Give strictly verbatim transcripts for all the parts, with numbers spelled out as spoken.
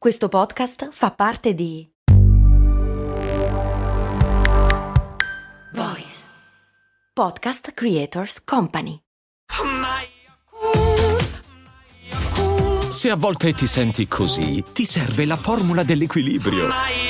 Questo podcast fa parte di Voice Podcast Creators Company. Se a volte ti senti così, ti serve la formula dell'equilibrio.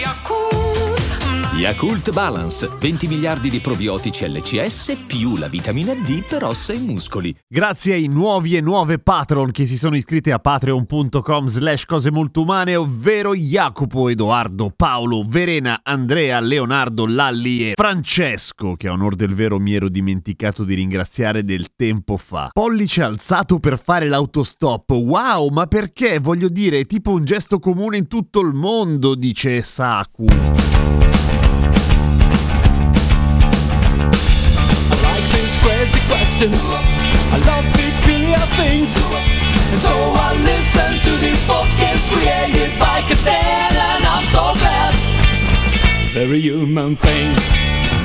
Yakult Balance, venti miliardi di probiotici L C S più la vitamina D per ossa e muscoli. Grazie ai nuovi e nuove patron che si sono iscritti a patreon.com slash cose molto umane, ovvero Jacopo, Edoardo, Paolo, Verena, Andrea, Leonardo, Lalli e Francesco, che a onor del vero mi ero dimenticato di ringraziare del tempo fa. Pollice alzato per fare l'autostop. Wow, ma perché? Voglio dire, è tipo un gesto comune in tutto il mondo, dice Saku. Crazy questions. I love peculiar things, and so I listen to this podcast created by Castell, and I'm so glad. Very human things.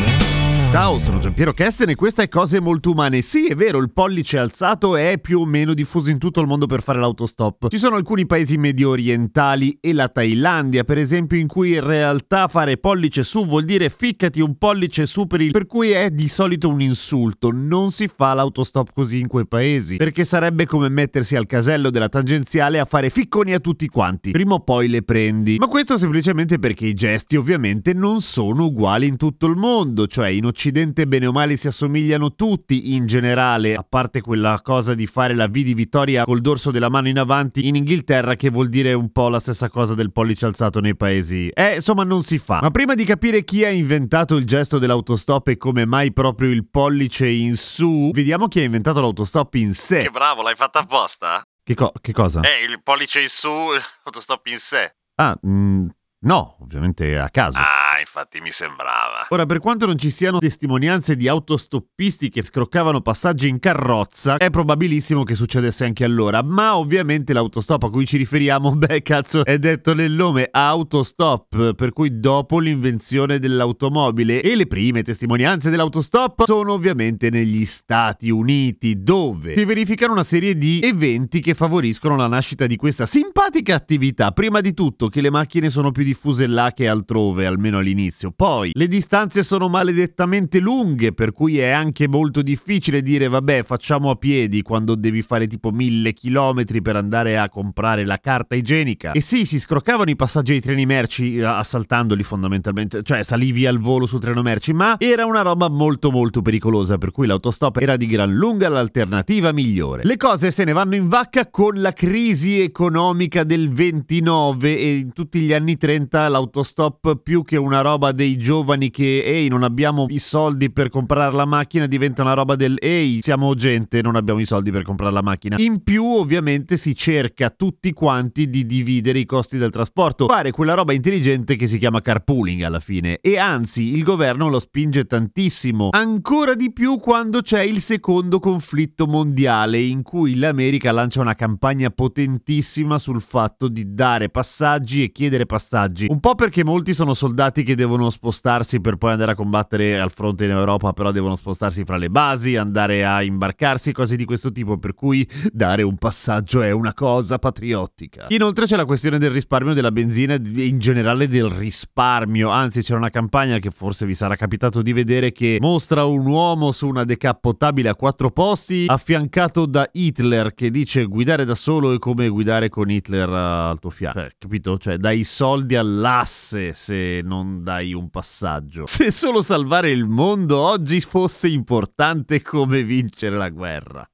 Ciao, sono Giampiero Kesten e questa è Cose Molto Umane. Sì, è vero, il pollice alzato è più o meno diffuso in tutto il mondo per fare l'autostop. Ci sono alcuni paesi medio orientali e la Thailandia, per esempio, in cui in realtà fare pollice su vuol dire ficcati un pollice su per il... per cui è di solito un insulto. Non si fa l'autostop così in quei paesi, perché sarebbe come mettersi al casello della tangenziale a fare ficconi a tutti quanti. Prima o poi le prendi. Ma questo semplicemente perché i gesti ovviamente non sono uguali in tutto il mondo, cioè in Occidente bene o male si assomigliano tutti in generale, a parte quella cosa di fare la V di Vittoria col dorso della mano in avanti in Inghilterra, che vuol dire un po' la stessa cosa del pollice alzato nei paesi. Eh, insomma, non si fa. Ma prima di capire chi ha inventato il gesto dell'autostop e come mai proprio il pollice in su, vediamo chi ha inventato l'autostop in sé. Che bravo, l'hai fatta apposta? Che, co- che cosa? Eh, il pollice in su, l'autostop in sé. Ah, mh, no, ovviamente a caso. Ah, infatti mi sembrava. Ora, per quanto non ci siano testimonianze di autostoppisti che scroccavano passaggi in carrozza, è probabilissimo che succedesse anche allora, ma ovviamente l'autostop a cui ci riferiamo, beh, cazzo, è detto nel nome, autostop, per cui dopo l'invenzione dell'automobile, e le prime testimonianze dell'autostop sono ovviamente negli Stati Uniti, dove si verificano una serie di eventi che favoriscono la nascita di questa simpatica attività. Prima di tutto che le macchine sono più diffuse là che altrove, almeno all'inizio. Poi le distanze sono maledettamente lunghe, per cui è anche molto difficile dire vabbè, facciamo a piedi, quando devi fare tipo mille chilometri per andare a comprare la carta igienica. E sì, si scroccavano i passaggi ai treni merci assaltandoli fondamentalmente, cioè salivi al volo sul treno merci, ma era una roba molto molto pericolosa, per cui l'autostop era di gran lunga l'alternativa migliore. Le cose se ne vanno in vacca con la crisi economica del ventinove, e in tutti gli anni trenta l'autostop, più che una roba dei giovani che ehi non abbiamo i soldi per comprare la macchina, diventa una roba del ehi siamo gente, non abbiamo i soldi per comprare la macchina. In più ovviamente si cerca tutti quanti di dividere i costi del trasporto, fare quella roba intelligente che si chiama carpooling alla fine, e anzi il governo lo spinge tantissimo, ancora di più quando c'è il secondo conflitto mondiale, in cui l'America lancia una campagna potentissima sul fatto di dare passaggi e chiedere passaggi, un po' perché molti sono soldati che devono spostarsi per poi andare a combattere al fronte in Europa, però devono spostarsi fra le basi, andare a imbarcarsi, cose di questo tipo, per cui dare un passaggio è una cosa patriottica. Inoltre c'è la questione del risparmio della benzina e in generale del risparmio, anzi c'era una campagna che forse vi sarà capitato di vedere che mostra un uomo su una decappotabile a quattro posti affiancato da Hitler, che dice guidare da solo è come guidare con Hitler al tuo fianco, cioè, capito? Cioè dai soldi all'asse se non dai un passaggio. Se solo salvare il mondo oggi fosse importante come vincere la guerra.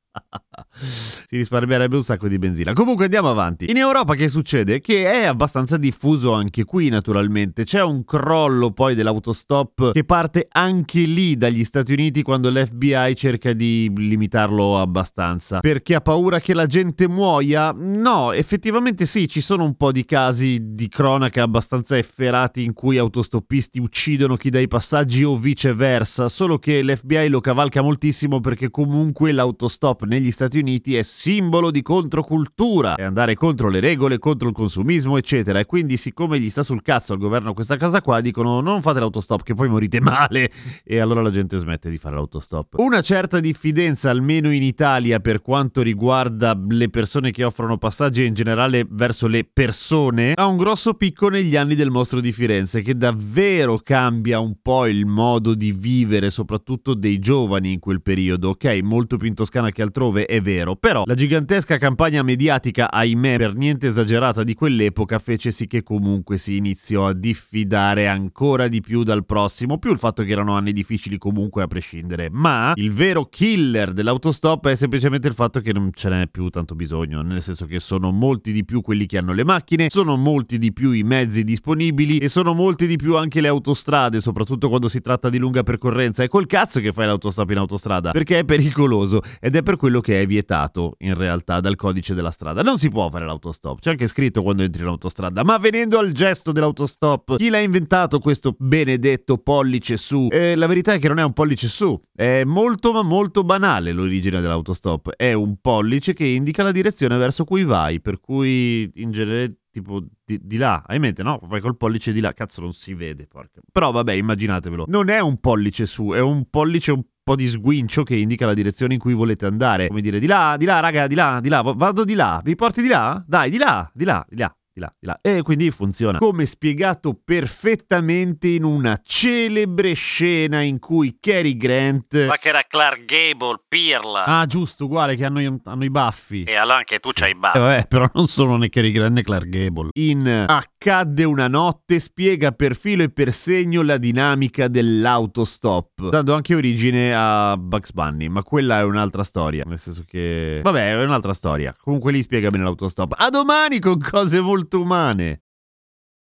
Si risparmierebbe un sacco di benzina. Comunque andiamo avanti. In Europa che succede? Che è abbastanza diffuso anche qui, naturalmente. C'è un crollo poi dell'autostop che parte anche lì dagli Stati Uniti, quando l'F B I cerca di limitarlo abbastanza perché ha paura che la gente muoia. No, effettivamente sì, ci sono un po' di casi di cronaca abbastanza efferati in cui autostoppisti uccidono chi dà i passaggi o viceversa, solo che l'F B I lo cavalca moltissimo perché comunque l'autostop l'autostop negli Stati Uniti è simbolo di controcultura, è andare contro le regole, contro il consumismo, eccetera. E quindi, siccome gli sta sul cazzo al governo questa cosa qua, dicono non fate l'autostop che poi morite male, e allora la gente smette di fare l'autostop. Una certa diffidenza, almeno in Italia, per quanto riguarda le persone che offrono passaggi e in generale verso le persone, ha un grosso picco negli anni del mostro di Firenze, che davvero cambia un po' il modo di vivere, soprattutto dei giovani in quel periodo. Ok, molto più in Toscana che altrove, è vero, però la gigantesca campagna mediatica, ahimè per niente esagerata, di quell'epoca fece sì che comunque si iniziò a diffidare ancora di più dal prossimo, più il fatto che erano anni difficili comunque a prescindere. Ma il vero killer dell'autostop è semplicemente il fatto che non ce n'è più tanto bisogno, nel senso che sono molti di più quelli che hanno le macchine, sono molti di più i mezzi disponibili e sono molti di più anche le autostrade, soprattutto quando si tratta di lunga percorrenza. E col cazzo che fai l'autostop in autostrada, perché è pericoloso, ed è per quello che è vietato in realtà dal codice della strada. Non si può fare l'autostop, c'è anche scritto quando entri in autostrada. Ma venendo al gesto dell'autostop, chi l'ha inventato questo benedetto pollice su? Eh, la verità è che non è un pollice su, è molto ma molto banale l'origine dell'autostop. È un pollice che indica la direzione verso cui vai, per cui in genere tipo di, di là, hai in mente, no? Vai col pollice di là, cazzo non si vede, porca. Però vabbè, immaginatevelo. Non è un pollice su, è un pollice un po' di sguincio che indica la direzione in cui volete andare. Come dire, di là, di là, raga, di là, di là, vado di là, mi porti di là? Dai, di là, di là, di là. Di là, di là. E quindi funziona. Come spiegato perfettamente in una celebre scena in cui Cary Grant... Ma che era Clark Gable, pirla. Ah, giusto, uguale, che hanno, hanno i baffi. E allora anche tu c'hai i baffi. Eh, vabbè, però non sono né Cary Grant né Clark Gable. In Accadde una notte spiega per filo e per segno la dinamica dell'autostop, dando anche origine a Bugs Bunny, ma quella è un'altra storia, nel senso che... Vabbè, è un'altra storia. Comunque lì spiega bene l'autostop. A domani con cose molto umane.